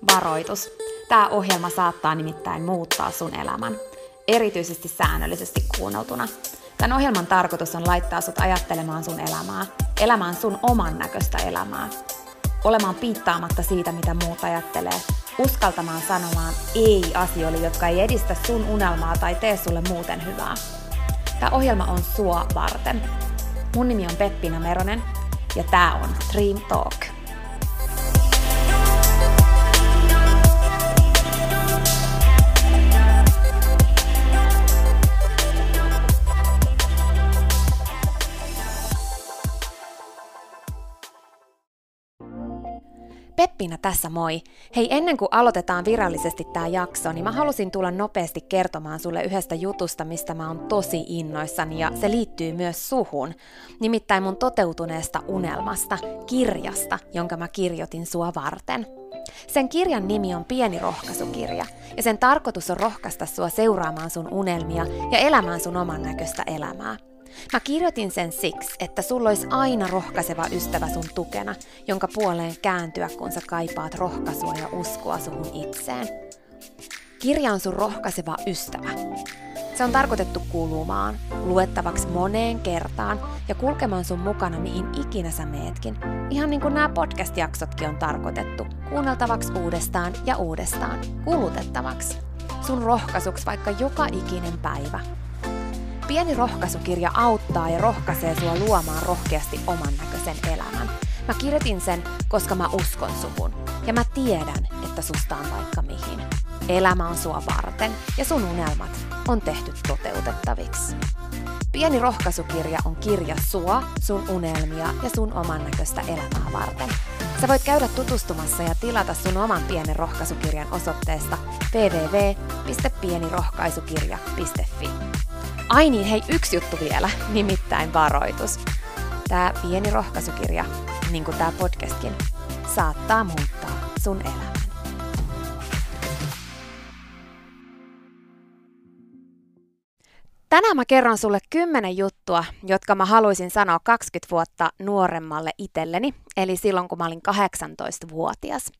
Varoitus. Tämä ohjelma saattaa nimittäin muuttaa sun elämän, erityisesti säännöllisesti kuunneltuna. Tämän ohjelman tarkoitus on laittaa sut ajattelemaan sun elämää, elämään sun oman näköistä elämää, olemaan piittaamatta siitä, mitä muut ajattelee, uskaltamaan sanomaan ei asioille, jotka ei edistä sun unelmaa tai tee sulle muuten hyvää. Tämä ohjelma on sua varten. Mun nimi on Peppina Meronen ja tää on Dream Talk. Peppina tässä moi! Hei, ennen kuin aloitetaan virallisesti tää jakso, niin mä halusin tulla nopeasti kertomaan sulle yhdestä jutusta, mistä mä oon tosi innoissani ja se liittyy myös suhun. Nimittäin mun toteutuneesta unelmasta, kirjasta, jonka mä kirjoitin sua varten. Sen kirjan nimi on Pieni rohkaisukirja ja sen tarkoitus on rohkaista sua seuraamaan sun unelmia ja elämään sun oman näköistä elämää. Mä kirjoitin sen siksi, että sulla olisi aina rohkaiseva ystävä sun tukena, jonka puoleen kääntyä, kun sä kaipaat rohkaisua ja uskoa suhun itseen. Kirja on sun rohkaiseva ystävä. Se on tarkoitettu kuulumaan, luettavaksi moneen kertaan ja kulkemaan sun mukana mihin ikinä sä meetkin. Ihan niin kuin nämä podcast-jaksotkin on tarkoitettu, kuunneltavaksi uudestaan ja uudestaan, kulutettavaksi. Sun rohkaisuksi vaikka joka ikinen päivä. Pieni rohkaisukirja auttaa ja rohkaisee sua luomaan rohkeasti oman näköisen elämän. Mä kirjoitin sen, koska mä uskon suhun. Ja mä tiedän, että susta on vaikka mihin. Elämä on sua varten ja sun unelmat on tehty toteutettaviksi. Pieni rohkaisukirja on kirja sua, sun unelmia ja sun oman näköistä elämää varten. Sä voit käydä tutustumassa ja tilata sun oman pienen rohkaisukirjan osoitteesta www.pienirohkaisukirja.fi. Ai niin, hei, yksi juttu vielä, nimittäin varoitus. Tää pieni rohkaisukirja, niin kuin tää podcastkin, saattaa muuttaa sun elämän. Tänään mä kerron sulle 10 juttua, jotka mä haluaisin sanoa 20 vuotta nuoremmalle itselleni, eli silloin kun mä olin 18-vuotias.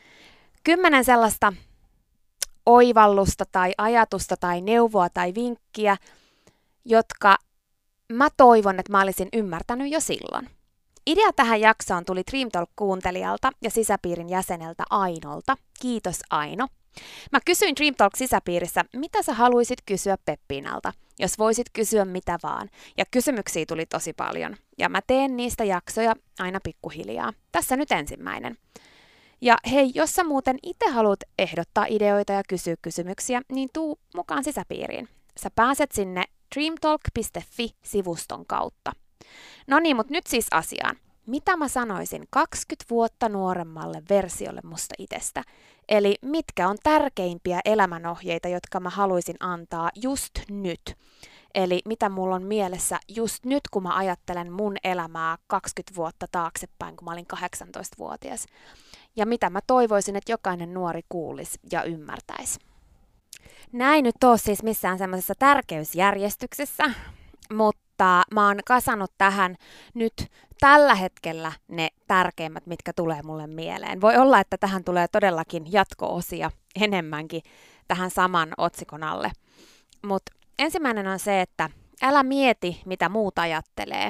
10 sellaista oivallusta tai ajatusta tai neuvoa tai vinkkiä, jotka mä toivon, että mä olisin ymmärtänyt jo silloin. Idea tähän jaksoon tuli Dream Talk-kuuntelijalta ja sisäpiirin jäseneltä Ainolta. Kiitos Aino. Mä kysyin Dream Talk-sisäpiirissä, mitä sä haluaisit kysyä Peppinalta, jos voisit kysyä mitä vaan. Ja kysymyksiä tuli tosi paljon. Ja mä teen niistä jaksoja aina pikkuhiljaa. Tässä nyt ensimmäinen. Ja hei, jos sä muuten itse haluat ehdottaa ideoita ja kysyä kysymyksiä, niin tuu mukaan sisäpiiriin. Sä pääset sinne dreamtalk.fi-sivuston kautta. No niin, mutta nyt siis asiaan. Mitä mä sanoisin 20 vuotta nuoremmalle versiolle musta itsestä? Eli mitkä on tärkeimpiä elämänohjeita, jotka mä haluaisin antaa just nyt? Eli mitä mulla on mielessä just nyt, kun mä ajattelen mun elämää 20 vuotta taaksepäin, kun mä olin 18-vuotias. Ja mitä mä toivoisin, että jokainen nuori kuulisi ja ymmärtäisi. Näin nyt ole siis missään semmoisessa tärkeysjärjestyksessä, mutta mä oon kasannut tähän nyt tällä hetkellä ne tärkeimmät, mitkä tulee mulle mieleen. Voi olla, että tähän tulee todellakin jatko-osia enemmänkin tähän saman otsikon alle. Mutta ensimmäinen on se, että älä mieti, mitä muut ajattelee.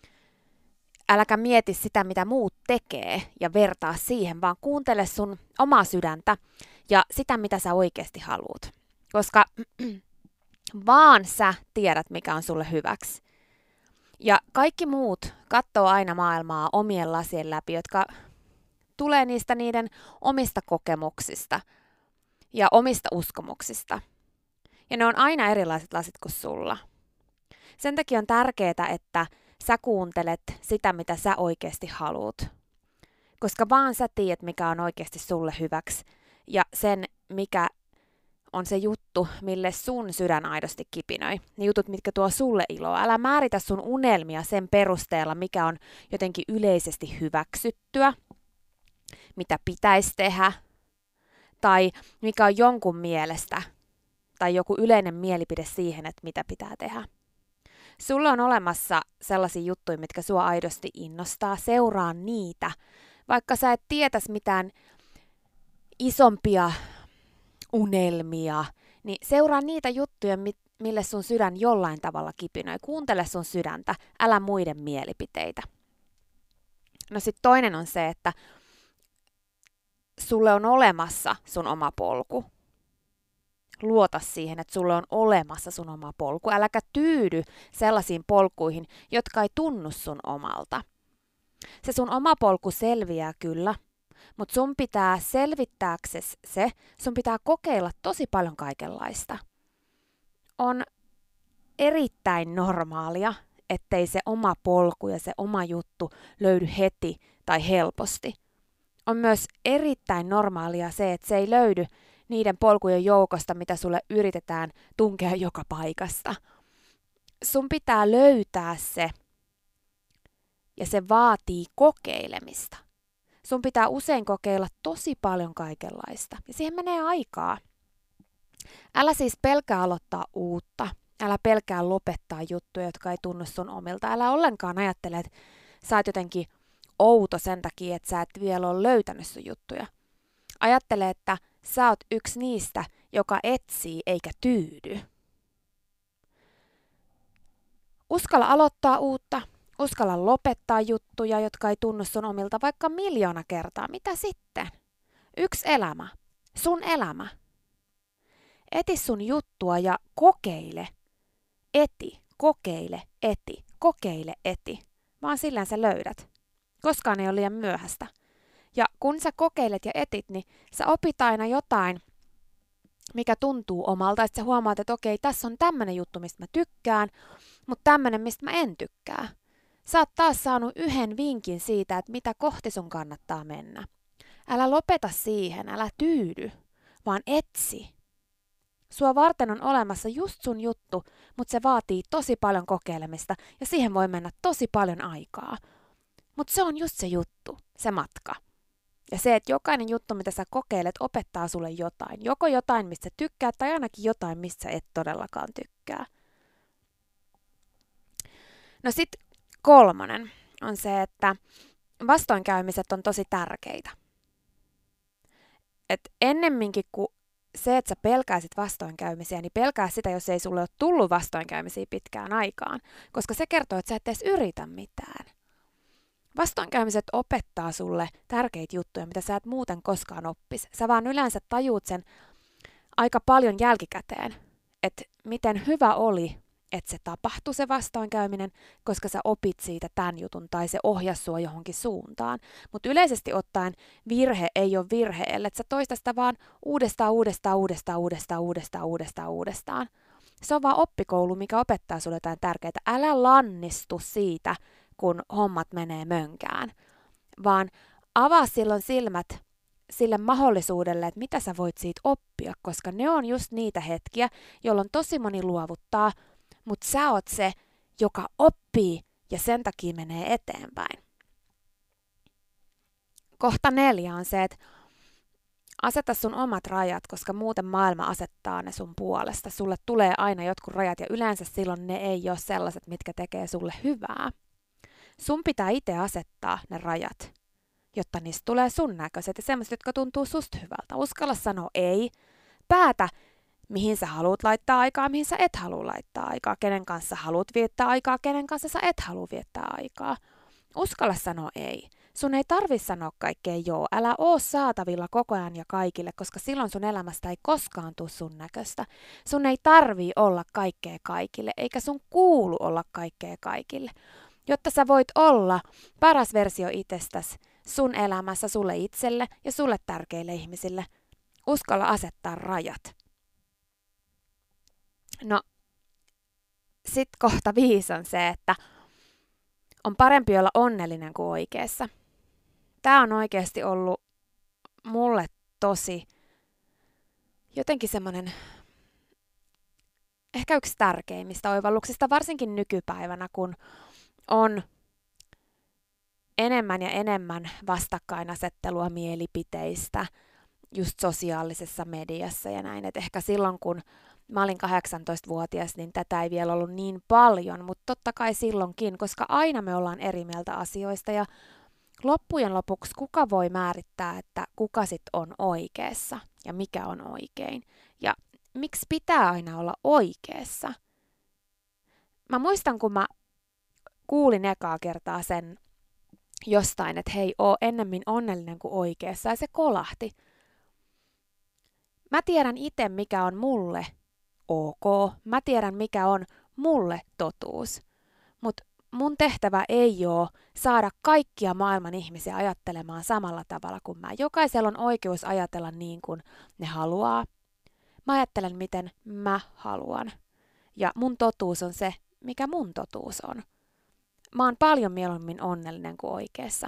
Äläkä mieti sitä, mitä muut tekee ja vertaa siihen, vaan kuuntele sun omaa sydäntä ja sitä, mitä sä oikeasti haluat. Koska vaan sä tiedät, mikä on sulle hyväksi. Ja kaikki muut katsoo aina maailmaa omien lasien läpi, jotka tulee niistä niiden omista kokemuksista ja omista uskomuksista. Ja ne on aina erilaiset lasit kuin sulla. Sen takia on tärkeää, että sä kuuntelet sitä, mitä sä oikeasti haluat. Koska vaan sä tiedät, mikä on oikeasti sulle hyväksi. Ja sen, mikä on se juttu, mille sun sydän aidosti kipinöi. Ne jutut, mitkä tuo sulle iloa. Älä määritä sun unelmia sen perusteella, mikä on jotenkin yleisesti hyväksyttyä, mitä pitäisi tehdä, tai mikä on jonkun mielestä, tai joku yleinen mielipide siihen, että mitä pitää tehdä. Sulla on olemassa sellaisia juttuja, mitkä sua aidosti innostaa. Seuraa niitä, vaikka sä et tietäisi mitään isompia unelmia, niin seuraa niitä juttuja, mille sun sydän jollain tavalla kipinöi. Kuuntele sun sydäntä, älä muiden mielipiteitä. No sit toinen on se, että sulle on olemassa sun oma polku. Luota siihen, että sulle on olemassa sun oma polku. Äläkä tyydy sellaisiin polkuihin, jotka ei tunnu sun omalta. Se sun oma polku selviää kyllä, mutta sun pitää selvittääksesi sun pitää kokeilla tosi paljon kaikenlaista. On erittäin normaalia, ettei se oma polku ja se oma juttu löydy heti tai helposti. On myös erittäin normaalia se, että se ei löydy niiden polkujen joukosta, mitä sulle yritetään tunkea joka paikasta. Sun pitää löytää se, ja se vaatii kokeilemista. Sun pitää usein kokeilla tosi paljon kaikenlaista, ja siihen menee aikaa. Älä siis pelkää aloittaa uutta. Älä pelkää lopettaa juttuja, jotka ei tunnu sun omilta. Älä ollenkaan ajattele, että sä oot jotenkin outo sen takia, että sä et vielä ole löytänyt sun juttuja. Ajattele, että sä oot yksi niistä, joka etsii eikä tyydy. Uskalla aloittaa uutta. Uskalla lopettaa juttuja, jotka ei tunnu sun omilta vaikka 1,000,000 kertaa. Mitä sitten? Yksi elämä. Sun elämä. Eti sun juttua ja kokeile. Eti, kokeile, eti, kokeile, eti. Vaan sillä sä löydät. Koskaan ei ole liian myöhäistä. Ja kun sä kokeilet ja etit, niin sä opit aina jotain, mikä tuntuu omalta. Että sä huomaat, että okei, tässä on tämmönen juttu, mistä mä tykkään, mutta tämmönen, mistä mä en tykkää. Sä oot taas saanut yhden vinkin siitä, että mitä kohti sun kannattaa mennä. Älä lopeta siihen, älä tyydy, vaan etsi. Sua varten on olemassa just sun juttu, mutta se vaatii tosi paljon kokeilemista ja siihen voi mennä tosi paljon aikaa. Mutta se on just se juttu, se matka. Ja se, että jokainen juttu, mitä sä kokeilet, opettaa sulle jotain. Joko jotain, mistä sä tykkäät, tai ainakin jotain, mistä sä et todellakaan tykkää. No sit 3. on se, että vastoinkäymiset on tosi tärkeitä. Et ennemminkin kuin se, että sä pelkäisit vastoinkäymisiä, niin pelkää sitä, jos ei sulle ole tullut vastoinkäymisiä pitkään aikaan, koska se kertoo, että sä et edes yritä mitään. Vastoinkäymiset opettaa sulle tärkeitä juttuja, mitä sä et muuten koskaan oppisi. Sä vaan yleensä tajuut sen aika paljon jälkikäteen, että miten hyvä oli, että se tapahtui se vastoinkäyminen, koska sä opit siitä tämän jutun tai se ohjasi sua johonkin suuntaan. Mutta yleisesti ottaen virhe ei ole virhe, ellei sä toista sitä vaan uudestaan. Se on vaan oppikoulu, mikä opettaa sulle jotain tärkeää. Älä lannistu siitä, kun hommat menee mönkään, vaan avaa silloin silmät sille mahdollisuudelle, että mitä sä voit siitä oppia, koska ne on just niitä hetkiä, jolloin tosi moni luovuttaa, mutta sä oot se, joka oppii ja sen takia menee eteenpäin. Kohta 4 on se, että aseta sun omat rajat, koska muuten maailma asettaa ne sun puolesta. Sulle tulee aina jotkut rajat ja yleensä silloin ne ei ole sellaiset, mitkä tekee sulle hyvää. Sun pitää itse asettaa ne rajat, jotta niistä tulee sun näköiset ja sellaiset, jotka tuntuu susta hyvältä. Uskalla sanoa ei. Päätä, mihin sä haluat laittaa aikaa, mihin sä et halua laittaa aikaa. Kenen kanssa haluat viettää aikaa, kenen kanssa sä et halua viettää aikaa. Uskalla sanoa ei. Sun ei tarvi sanoa kaikkea joo. Älä oo saatavilla koko ajan ja kaikille, koska silloin sun elämästä ei koskaan tule sun näköistä. Sun ei tarvii olla kaikkea kaikille, eikä sun kuulu olla kaikkea kaikille. Jotta sä voit olla paras versio itsestäsi sun elämässä sulle itselle ja sulle tärkeille ihmisille. Uskalla asettaa rajat. No, sit kohta 5 on se, että on parempi olla onnellinen kuin oikeassa. Tää on oikeasti ollut mulle tosi jotenkin semmonen ehkä yksi tärkeimmistä oivalluksista, varsinkin nykypäivänä, kun on enemmän ja enemmän vastakkainasettelua mielipiteistä just sosiaalisessa mediassa ja näin. Et ehkä silloin, kun mä olin 18-vuotias, niin tätä ei vielä ollut niin paljon, mutta totta kai silloinkin, koska aina me ollaan eri mieltä asioista ja loppujen lopuksi kuka voi määrittää, että kuka sit on oikeassa ja mikä on oikein? Ja miksi pitää aina olla oikeassa? Mä muistan, kun mä kuulin ekaa kertaa sen jostain, että hei, oo ennemmin onnellinen kuin oikeassa, ja se kolahti. Mä tiedän itse, mikä on mulle ok. Mä tiedän, mikä on mulle totuus. Mutta mun tehtävä ei ole saada kaikkia maailman ihmisiä ajattelemaan samalla tavalla kuin mä. Jokaisella on oikeus ajatella niin kuin ne haluaa. Mä ajattelen, miten mä haluan. Ja mun totuus on se, mikä mun totuus on. Mä oon paljon mieluummin onnellinen kuin oikeassa.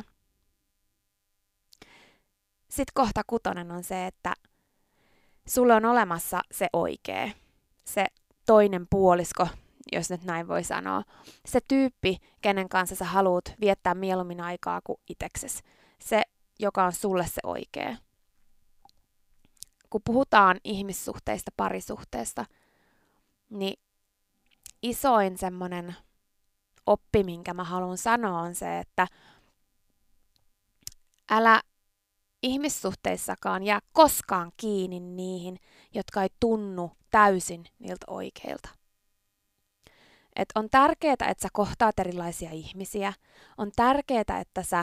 Sitten kohta 6 on se, että sulle on olemassa se oikea, se toinen puolisko, jos nyt näin voi sanoa. Se tyyppi, kenen kanssa sä haluat viettää mieluummin aikaa kuin itseksesi. Se, joka on sulle se oikea. Kun puhutaan ihmissuhteista, parisuhteesta, niin isoin semmoinen oppi, minkä mä haluan sanoa, on se, että älä ihmissuhteissakaan jää koskaan kiinni niihin, jotka ei tunnu täysin niiltä oikeilta. Et on tärkeää, että sä kohtaat erilaisia ihmisiä. On tärkeää, että sä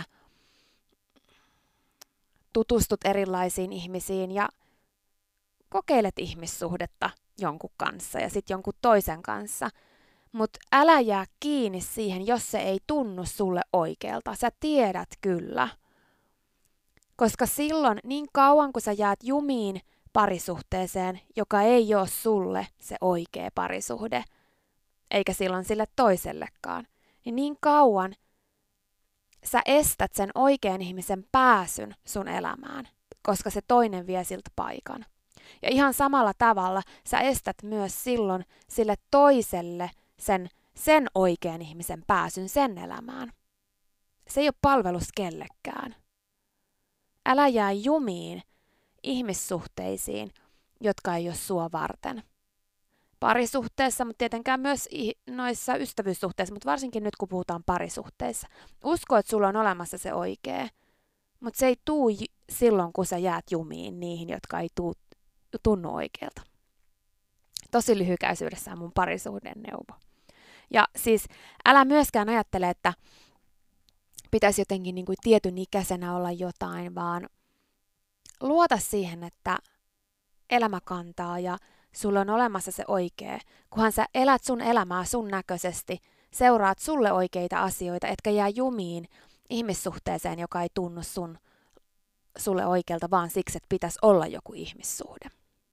tutustut erilaisiin ihmisiin ja kokeilet ihmissuhdetta jonkun kanssa ja sitten jonkun toisen kanssa. Mutta älä jää kiinni siihen, jos se ei tunnu sulle oikealta. Sä tiedät kyllä. Koska silloin niin kauan, kun sä jäät jumiin parisuhteeseen, joka ei ole sulle se oikea parisuhde, eikä silloin sille toisellekaan, niin kauan sä estät sen oikean ihmisen pääsyn sun elämään, koska se toinen vie siltä paikan. Ja ihan samalla tavalla sä estät myös silloin sille toiselle sen oikean ihmisen pääsyn sen elämään. Se ei ole palvelus kellekään. Älä jää jumiin ihmissuhteisiin, jotka ei ole sua varten. Parisuhteessa, mutta tietenkään myös noissa ystävyyssuhteissa, mutta varsinkin nyt kun puhutaan parisuhteissa. Usko, että sulla on olemassa se oikea, mutta se ei tuu silloin, kun sä jäät jumiin niihin, jotka ei tunnu oikealta. Tosi lyhykäisyydessään mun parisuhden neuvo. Ja siis älä myöskään ajattele, että pitäisi jotenkin niin kuin tietyn ikäisenä olla jotain, vaan luota siihen, että elämä kantaa ja sulla on olemassa se oikea, kunhan sä elät sun elämää sun näköisesti, seuraat sulle oikeita asioita, etkä jää jumiin ihmissuhteeseen, joka ei tunnu sulle oikealta, vaan siksi, että pitäisi olla joku ihmissuhde.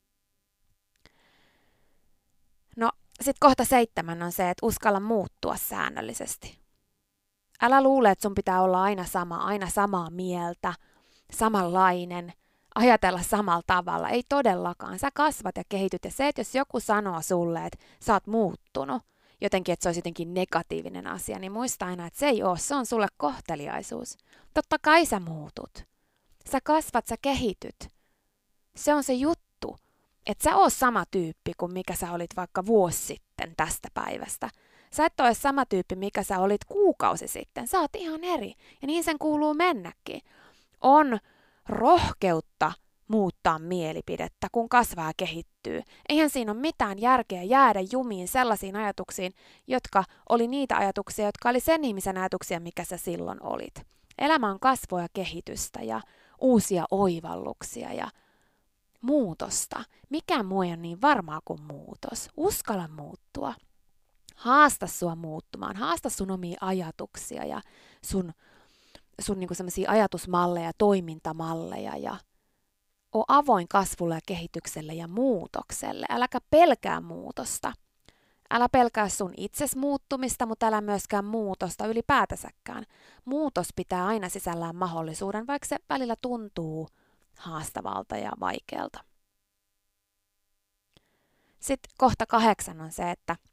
No, sitten kohta 7 on se, että uskalla muuttua säännöllisesti. Älä luule, että sun pitää olla aina samaa mieltä, samanlainen, ajatella samalla tavalla. Ei todellakaan. Sä kasvat ja kehityt. Ja se, että jos joku sanoo sulle, että sä oot muuttunut, jotenkin, että se olisi jotenkin negatiivinen asia, niin muista aina, että se ei ole. Se on sulle kohteliaisuus. Totta kai sä muutut. Sä kasvat, sä kehityt. Se on se juttu. Että sä oot sama tyyppi kuin mikä sä olit vaikka vuosi sitten tästä päivästä. Sä et ole sama tyyppi, mikä sä olit kuukausi sitten. Sä oot ihan eri. Ja niin sen kuuluu mennäkin. On rohkeutta muuttaa mielipidettä, kun kasvaa ja kehittyy. Eihän siinä ole mitään järkeä jäädä jumiin sellaisiin ajatuksiin, jotka oli niitä ajatuksia, jotka oli sen ihmisen ajatuksia, mikä sä silloin olit. Elämä on kasvua ja kehitystä ja uusia oivalluksia ja muutosta. Mikään muu ei ole niin varmaa kuin muutos. Uskalla muuttua. Haasta sua muuttumaan. Haasta sun omia ajatuksia ja sun niinku semmoisia ajatusmalleja, toimintamalleja ja oo avoin kasvulle ja kehitykselle ja muutokselle. Äläkä pelkää muutosta. Älä pelkää sun itses muuttumista, mutta älä myöskään muutosta ylipäätänsäkään. Muutos pitää aina sisällään mahdollisuuden, vaikka se välillä tuntuu haastavalta ja vaikealta. Sitten kohta 8 on se, että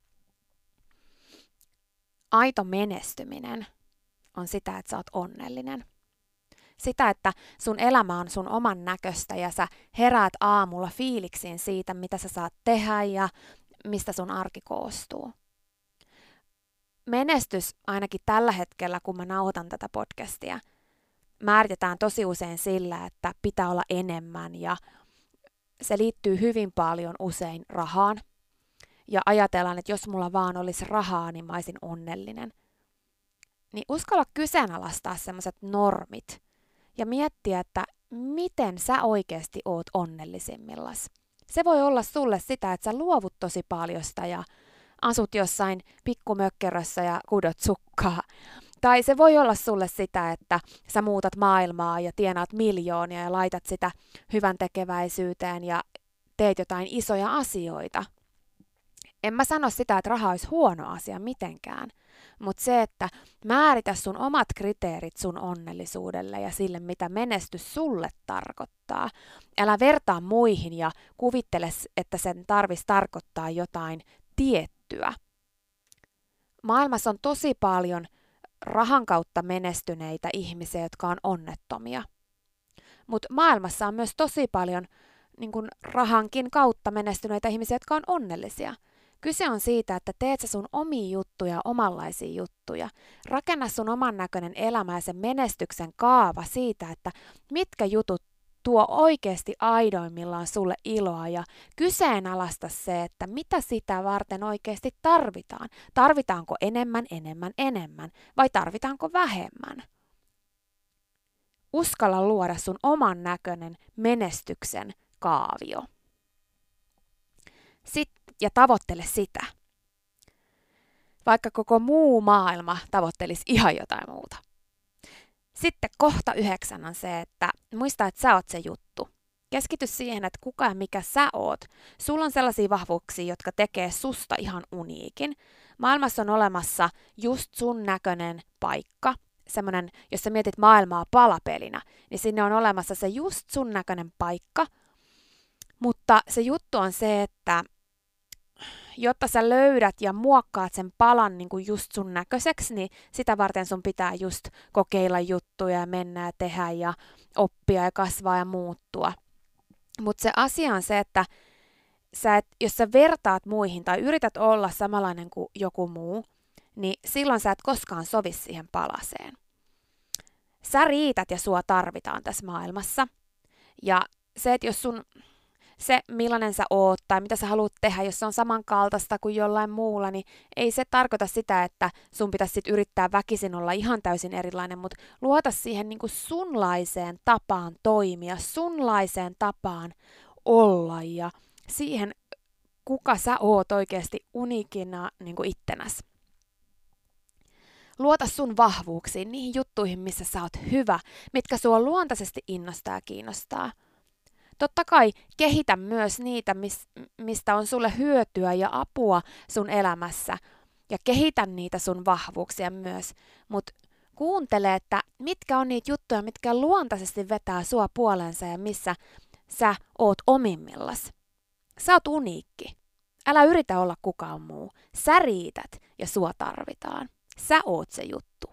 aito menestyminen on sitä, että sä oot onnellinen. Sitä, että sun elämä on sun oman näköistä ja sä heräät aamulla fiiliksiin siitä, mitä sä saat tehdä ja mistä sun arki koostuu. Menestys ainakin tällä hetkellä, kun mä nauhoitan tätä podcastia, määritetään tosi usein sillä, että pitää olla enemmän ja se liittyy hyvin paljon usein rahaan. Ja ajatellaan, että jos mulla vaan olisi rahaa, niin mä olisin onnellinen. Niin uskalla kyseenalaistaa sellaiset normit ja miettiä, että miten sä oikeasti oot onnellisimmillas. Se voi olla sulle sitä, että sä luovut tosi paljosta ja asut jossain pikkumökkerössä ja kudot sukkaa. Tai se voi olla sulle sitä, että sä muutat maailmaa ja tienaat miljoonia ja laitat sitä hyvän tekeväisyyteen ja teet jotain isoja asioita. En mä sano sitä, että raha olisi huono asia mitenkään, mutta se, että määritä sun omat kriteerit sun onnellisuudelle ja sille, mitä menestys sulle tarkoittaa. Älä vertaa muihin ja kuvittele, että sen tarvitsisi tarkoittaa jotain tiettyä. Maailmassa on tosi paljon rahan kautta menestyneitä ihmisiä, jotka on onnettomia. Mutta maailmassa on myös tosi paljon rahankin kautta menestyneitä ihmisiä, jotka on onnellisia. Kyse on siitä, että teet sä sun omia juttuja, omanlaisia juttuja. Rakenna sun oman näköinen elämä ja sen menestyksen kaava siitä, että mitkä jutut tuo oikeasti aidoimmillaan sulle iloa ja kyseenalaista se, että mitä sitä varten oikeasti tarvitaan. Tarvitaanko enemmän vai tarvitaanko vähemmän? Uskalla luoda sun oman näköinen menestyksen kaavio. Ja tavoittele sitä. Vaikka koko muu maailma tavoittelisi ihan jotain muuta. Sitten kohta 9 on se, että muista, että sä oot se juttu. Keskity siihen, että kuka ja mikä sä oot. Sulla on sellaisia vahvuuksia, jotka tekee susta ihan uniikin. Maailmassa on olemassa just sun näköinen paikka. Semmoinen, jos sä mietit maailmaa palapelinä, niin sinne on olemassa se just sun näköinen paikka. Mutta se juttu on se, että jotta sä löydät ja muokkaat sen palan niin kuin just sun näköiseksi, niin sitä varten sun pitää just kokeilla juttuja ja mennä ja tehdä ja oppia ja kasvaa ja muuttua. Mutta se asia on se, että jos sä vertaat muihin tai yrität olla samanlainen kuin joku muu, niin silloin sä et koskaan sovi siihen palaseen. Sä riität ja sua tarvitaan tässä maailmassa. Ja se, että jos se, millainen sä oot tai mitä sä haluat tehdä, jos se on samankaltaista kuin jollain muulla, niin ei se tarkoita sitä, että sun pitäisi sit yrittää väkisin olla ihan täysin erilainen, mutta luota siihen niin kuin sunlaiseen tapaan toimia, sunlaiseen tapaan olla ja siihen, kuka sä oot oikeasti uniikina niin kuin ittenäs. Luota sun vahvuuksiin, niihin juttuihin, missä sä oot hyvä, mitkä sua luontaisesti innostaa ja kiinnostaa. Totta kai kehitä myös niitä, mistä on sulle hyötyä ja apua sun elämässä. Ja kehitä niitä sun vahvuuksia myös. Mutta kuuntele, että mitkä on niitä juttuja, mitkä luontaisesti vetää sua puolensa ja missä sä oot omimmillas. Sä oot uniikki. Älä yritä olla kukaan muu. Sä riität ja sua tarvitaan. Sä oot se juttu.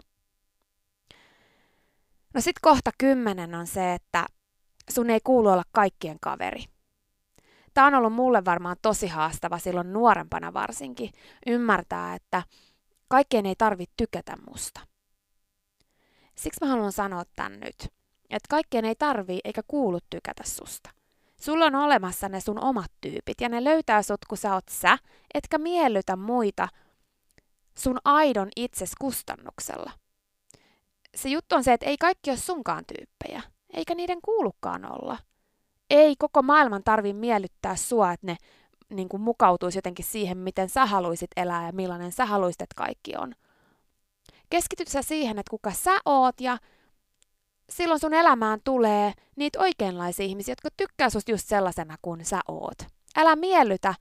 No sit kohta 10 on se, että sun ei kuulu olla kaikkien kaveri. Tämä on ollut mulle varmaan tosi haastava silloin nuorempana varsinkin ymmärtää, että kaikkien ei tarvitse tykätä musta. Siksi mä haluan sanoa tän nyt, että kaikkien ei tarvii eikä kuulu tykätä susta. Sulla on olemassa ne sun omat tyypit ja ne löytää sut, kun sä oot sä, etkä miellytä muita sun aidon itses kustannuksella. Se juttu on se, että ei kaikki ole sunkaan tyyppejä. Eikä niiden kuulukaan olla. Ei koko maailman tarvitse miellyttää sua, että ne niin kuin mukautuisi jotenkin siihen, miten sä haluisit elää ja millainen sä haluisit, että kaikki on. Keskityt sä siihen, että kuka sä oot ja silloin sun elämään tulee niitä oikeanlaisia ihmisiä, jotka tykkää susta just sellaisena kuin sä oot. Älä miellytä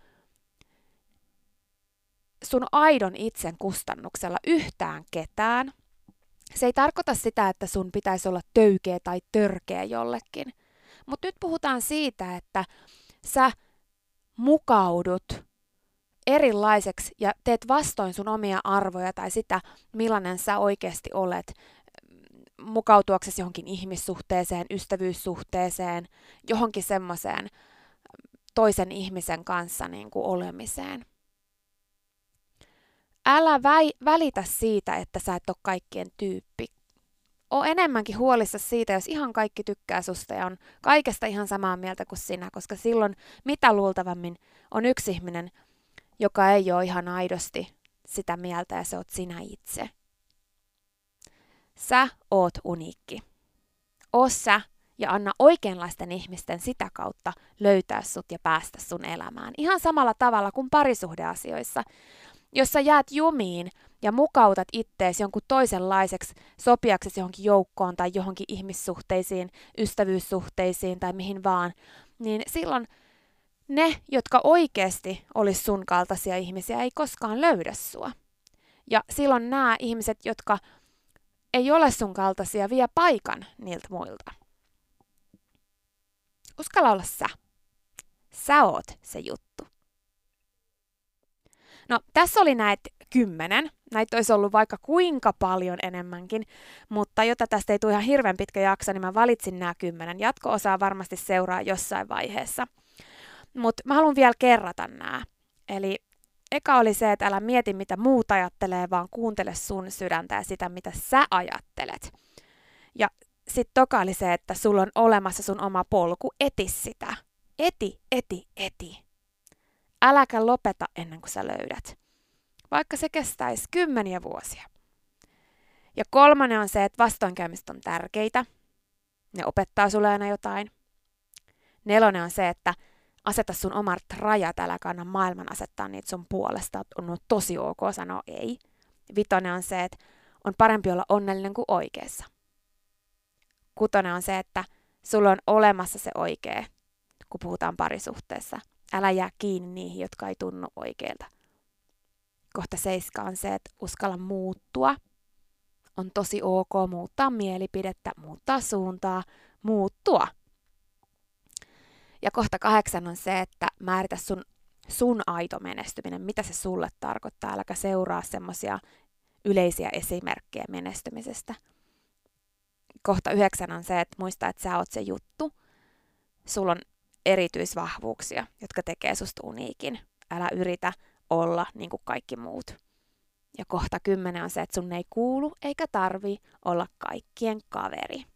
sun aidon itsen kustannuksella yhtään ketään. Se ei tarkoita sitä, että sun pitäisi olla töykeä tai törkeä jollekin. Mutta nyt puhutaan siitä, että sä mukaudut erilaiseksi ja teet vastoin sun omia arvoja tai sitä, millainen sä oikeasti olet, mukautuaksesi johonkin ihmissuhteeseen, ystävyyssuhteeseen, johonkin semmoiseen toisen ihmisen kanssa niin kuin olemiseen. Älä välitä siitä, että sä et ole kaikkien tyyppi. oo enemmänkin huolissa siitä, jos ihan kaikki tykkää susta ja on kaikesta ihan samaa mieltä kuin sinä, koska silloin mitä luultavammin on yksi ihminen, joka ei ole ihan aidosti sitä mieltä ja se oot sinä itse. Sä oot uniikki. Oo sä ja anna oikeanlaisten ihmisten sitä kautta löytää sut ja päästä sun elämään. Ihan samalla tavalla kuin parisuhdeasioissa, jos sä jäät jumiin ja mukautat ittees jonkun toisenlaiseksi sopiaksesi johonkin joukkoon tai johonkin ihmissuhteisiin, ystävyyssuhteisiin tai mihin vaan, niin silloin ne, jotka oikeasti olisi sun kaltaisia ihmisiä, ei koskaan löydä sua. Ja silloin nämä ihmiset, jotka ei ole sun kaltaisia, vie paikan niiltä muilta. Uskalla olla sä. Sä oot se juttu. No, tässä oli näitä 10. Näitä olisi ollut vaikka kuinka paljon enemmänkin, mutta jotta tästä ei tule ihan hirveän pitkä jakso, niin mä valitsin nämä 10. Jatko-osaa varmasti seuraa jossain vaiheessa. Mutta mä haluan vielä kerrata nämä. Eli eka oli se, että älä mieti mitä muut ajattelee, vaan kuuntele sun sydäntä ja sitä, mitä sä ajattelet. Ja sitten toka oli se, että sulla on olemassa sun oma polku, eti sitä. Eti. Äläkä lopeta ennen kuin sä löydät. Vaikka se kestäisi 10 vuosia. Ja 3 on se, että vastoinkäymiset on tärkeitä. Ne opettaa sulle aina jotain. 4 on se, että aseta sun omat rajat, äläkä anna maailman asettaa niitä sun puolesta. On tosi ok sanoa ei. 5 on se, että on parempi olla onnellinen kuin oikeassa. 6 on se, että sulla on olemassa se oikea, kun puhutaan parisuhteessa. Älä jää kiinni niihin, jotka ei tunnu oikeilta. Kohta 7 on se, että uskalla muuttua. On tosi ok muuttaa mielipidettä, muuttaa suuntaa, muuttua. Ja kohta 8 on se, että määritä sun aito menestyminen, mitä se sulle tarkoittaa. Äläkä seuraa semmoisia yleisiä esimerkkejä menestymisestä. Kohta 9 on se, että muista, että sä oot se juttu. Sulla on erityisvahvuuksia, jotka tekee susta uniikin. Älä yritä olla niin kuin kaikki muut. Ja kohta 10 on se, että sun ei kuulu eikä tarvii olla kaikkien kaveri.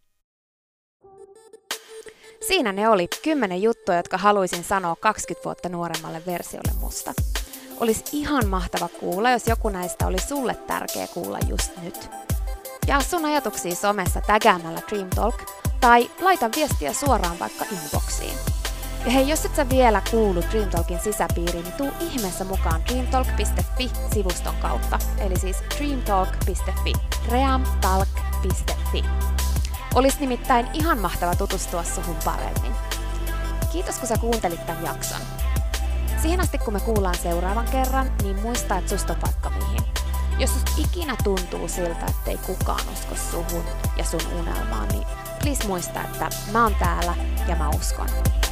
Siinä ne oli 10 juttua, jotka haluaisin sanoa 20 vuotta nuoremmalle versiolle musta. Olisi ihan mahtava kuulla, jos joku näistä oli sulle tärkeä kuulla just nyt. Jaa sun ajatuksia somessa tägäämällä Dream Talk tai laita viestiä suoraan vaikka inboxiin. Ja hei, jos et sä vielä kuulu Dream Talkin sisäpiiriin, niin tuu ihmeessä mukaan dreamtalk.fi-sivuston kautta. Eli siis dreamtalk.fi, dreamtalk.fi. Olisi nimittäin ihan mahtava tutustua suhun paremmin. Kiitos kun sä kuuntelit tämän jakson. Siihen asti kun me kuullaan seuraavan kerran, niin muista, että susta on vaikka mihin. Jos susta ikinä tuntuu siltä, ettei kukaan usko suhun ja sun unelmaan, niin please muista, että mä oon täällä ja mä uskon.